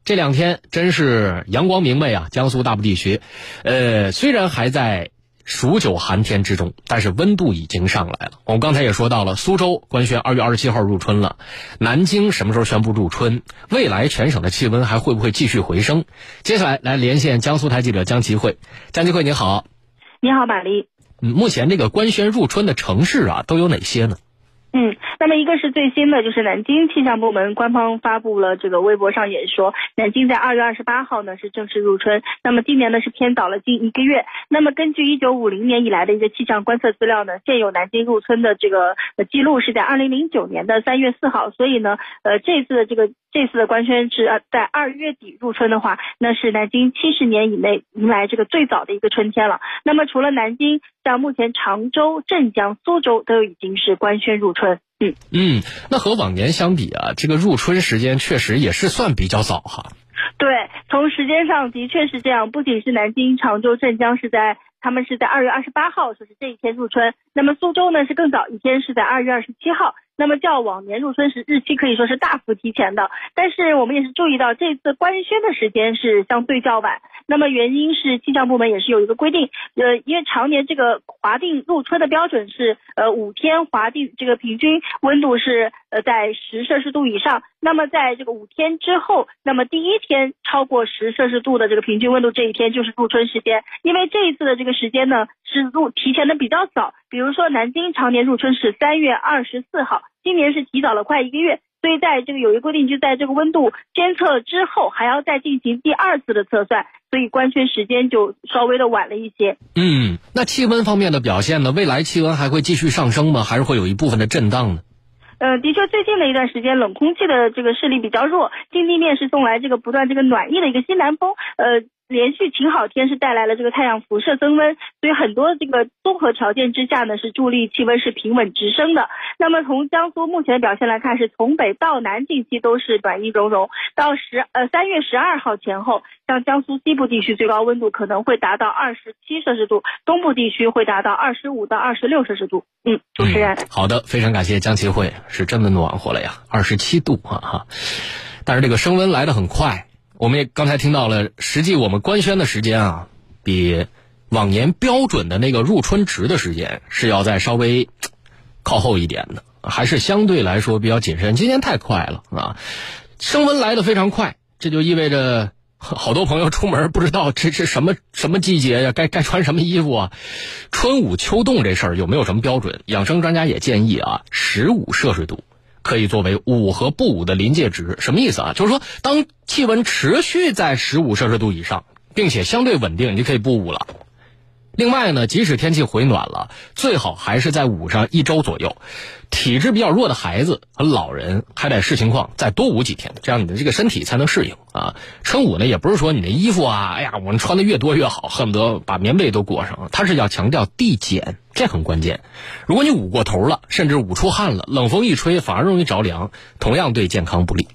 这两天真是阳光明媚啊，江苏大部地区，虽然还在数九寒天之中，但是温度已经上来了。我们刚才也说到了，苏州官宣2月27号入春了，南京什么时候宣布入春？未来全省的气温还会不会继续回升？接下来来连线江苏台记者江其慧。江其慧你好。 你好，马丽。 目前这个官宣入春的城市啊，都有哪些呢？ 那么一个是最新的，就是南京气象部门官方发布了这个微博上也说，南京在2月28号呢是正式入春，那么今年呢是偏早了近1个月。那么根据1950年以来的一个气象观测资料呢，现有南京入春的这个记录是在2009年的3月4号，所以呢这次的官宣是在2月底入春的话，那是南京70年以内迎来这个最早的一个春天了。那么除了南京，像目前常州、镇江、苏州都已经是官宣入春。 那和往年相比啊，这个入春时间确实也是算比较早哈。 对，从时间上的确是这样，不仅是南京、常州、镇江他们是在2月28号，就是这一天入春。那么苏州呢是更早一天，是在2月27号。那么较往年入春时日期可以说是大幅提前的，但是我们也是注意到这次官宣的时间是相对较晚。那么原因是气象部门也是有一个规定，因为常年这个划定入春的标准是5天划定这个平均温度是在10摄氏度以上。那么在这个5天之后，那么第一天超过10摄氏度的这个平均温度这一天就是入春时间。因为这一次的这个时间呢是提前的比较早，比如说南京常年入春是3月24号，今年是提早了快1个月，所以在这个有一个规定，就在这个温度监测之后还要再进行第2次的测算，所以官宣时间就稍微的晚了一些。 那气温方面的表现呢？未来气温还会继续上升吗？还是会有一部分的震荡呢？ 的确，最近的一段时间，冷空气的这个势力比较弱，近地面是送来这个不断这个暖意的一个西南风，连续晴好天是带来了这个太阳辐射增温，所以很多这个综合条件之下呢，是助力气温是平稳直升的。那么从江苏目前的表现来看，是从北到南近期都是暖意融融，到3月12号前后，像江苏西部地区最高温度可能会达到27摄氏度，东部地区会达到25到26摄氏度。主持人。 好的，非常感谢江其慧，是这么暖和了呀，27度哈。但是这个升温来得很快。我们也刚才听到了，实际我们官宣的时间啊，比往年标准的那个入春值的时间是要再稍微靠后一点的，还是相对来说比较谨慎。今年太快了啊，升温来得非常快，这就意味着好多朋友出门不知道这是什么季节呀，该穿什么衣服啊。春捂秋冻这事儿有没有什么标准？养生专家也建议啊，15摄氏度可以作为捂和不捂的临界值。什么意思啊？就是说当气温持续在15摄氏度以上，并且相对稳定，你就可以不捂了。另外呢，即使天气回暖了，最好还是在捂上1周左右。体质比较弱的孩子和老人还得视情况再多捂几天，这样你的这个身体才能适应啊。春捂呢，也不是说你的衣服啊，我们穿的越多越好，恨不得把棉被都裹上，它是要强调递减，这很关键。如果你捂过头了，甚至捂出汗了，冷风一吹反而容易着凉，同样对健康不利。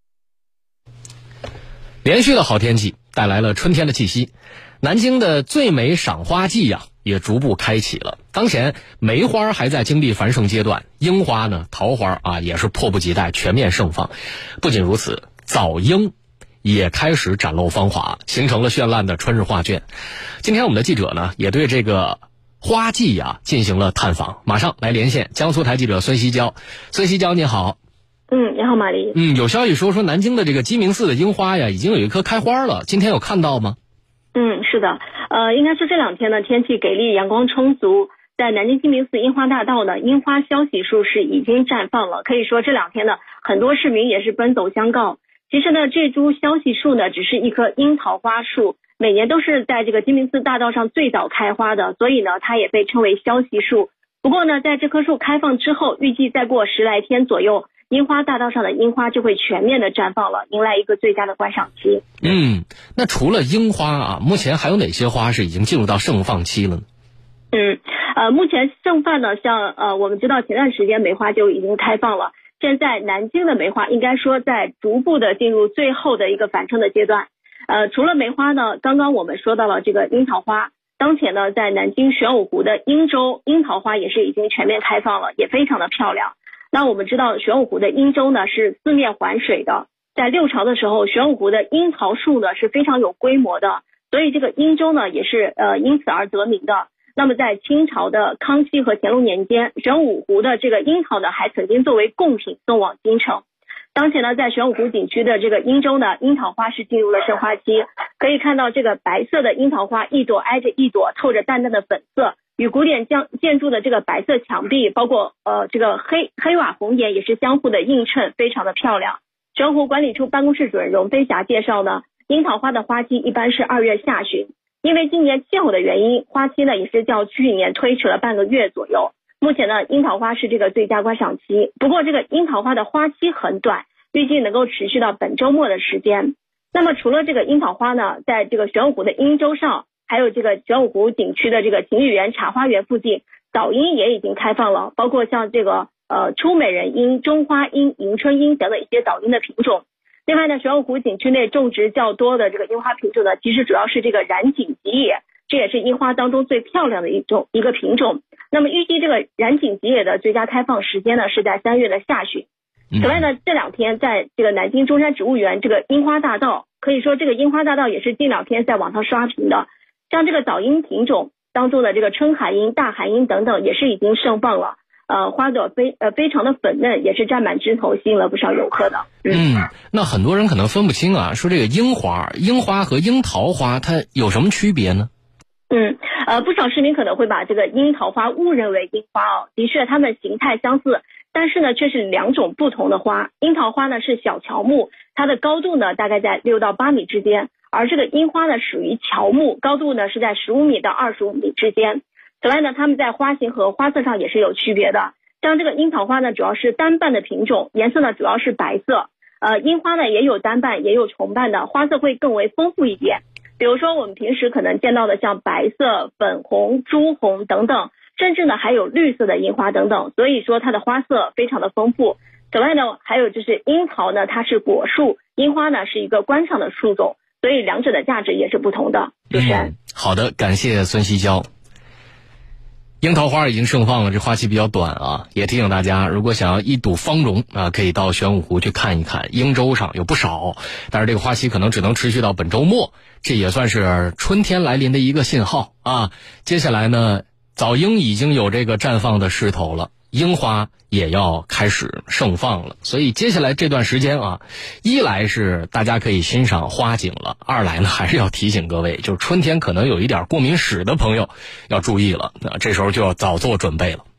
连续的好天气带来了春天的气息，南京的最美赏花季也逐步开启了。当前梅花还在经历繁盛阶段，樱花呢，桃花也是迫不及待全面盛放。不仅如此，早樱也开始展露芳华，形成了绚烂的春日画卷。今天我们的记者呢，也对这个花季进行了探访，马上来连线江苏台记者孙希娇。孙希娇你好。 你好，马丽。 有消息说南京的这个鸡鸣寺的樱花已经有一棵开花了，今天有看到吗？ 是的，应该是这2天呢天气给力，阳光充足，在南京鸡鸣寺樱花大道呢，樱花消息树是已经绽放了。可以说这2天呢，很多市民也是奔走相告。其实呢，这株消息树呢，只是一棵樱桃花树，每年都是在这个鸡鸣寺大道上最早开花的，所以呢，它也被称为消息树。不过呢，在这棵树开放之后，预计再过10来天左右，樱花大道上的樱花就会全面的绽放了，迎来一个最佳的观赏期。 那除了樱花目前还有哪些花是已经进入到盛放期了呢？ 目前盛放呢，像我们知道前段时间梅花就已经开放了，现在南京的梅花应该说在逐步的进入最后的一个返盛的阶段。除了梅花呢，刚刚我们说到了这个樱桃花，当前呢在南京玄武湖的英洲樱桃花也是已经全面开放了，也非常的漂亮。那我们知道玄武湖的英洲呢是4面环水的， 在六朝的时候，玄武湖的樱桃树呢是非常有规模的，所以这个樱州呢也是因此而得名的。那么在清朝的康熙和乾隆年间，玄武湖的这个樱桃呢还曾经作为贡品送往京城。当前呢，在玄武湖景区的这个樱州呢，樱桃花是进入了盛花期，可以看到这个白色的樱桃花一朵挨着一朵，透着淡淡的粉色，与古典建筑的这个白色墙壁，包括这个黑瓦红岩也是相互的映衬，非常的漂亮。玄武湖管理处办公室主任荣飞霞介绍呢，樱桃花的花期一般是2月下旬，因为今年气候的原因，花期呢也是较去年推迟了半个月左右。目前呢，樱桃花是这个最佳观赏期，不过这个樱桃花的花期很短，预计能够持续到本周末的时间。那么除了这个樱桃花呢，在这个玄武湖的樱州上，还有这个玄武湖景区的这个晴雨园茶花园附近，早樱也已经开放了，包括像这个出美人樱、中花樱、迎春樱等等一些早樱的品种。另外呢，玄武湖景区内种植较多的这个樱花品种呢，其实主要是这个染井吉野，这也是樱花当中最漂亮的一个品种。那么预计这个染井吉野的最佳开放时间呢是在3月的下旬。此外呢，这2天在这个南京中山植物园这个樱花大道，可以说这个樱花大道也是近2天在网上刷屏的。像这个早樱品种当中的这个春寒樱、大寒樱等等也是已经盛放了，花朵非常的粉嫩，也是占满枝头，吸引了不少游客的。 那很多人可能分不清啊，说这个樱花和樱桃花它有什么区别呢？ 不少市民可能会把这个樱桃花误认为樱花哦，的确它们形态相似，但是呢却是2种不同的花。樱桃花呢是小乔木，它的高度呢大概在6到8米之间，而这个樱花呢属于乔木，高度呢是在15米到25米之间。此外呢，它们在花型和花色上也是有区别的。像这个樱桃花呢主要是单瓣的品种，颜色呢主要是白色。樱花呢也有单瓣也有重瓣的，花色会更为丰富一点。比如说我们平时可能见到的像白色、粉红、朱红等等，甚至呢还有绿色的樱花等等，所以说它的花色非常的丰富。此外呢，还有就是樱桃呢它是果树，樱花呢是一个观赏的树种，所以2者的价值也是不同的。主持人， 好的，感谢孙希娇。樱桃花已经盛放了，这花期比较短啊，也提醒大家，如果想要一睹芳容啊，可以到玄武湖去看一看。樱州上有不少，但是这个花期可能只能持续到本周末，这也算是春天来临的一个信号啊。接下来呢，早樱已经有这个绽放的势头了，樱花也要开始盛放了，所以接下来这段时间啊，一来是大家可以欣赏花景了，二来呢还是要提醒各位，就是春天可能有一点过敏史的朋友要注意了，那这时候就要早做准备了。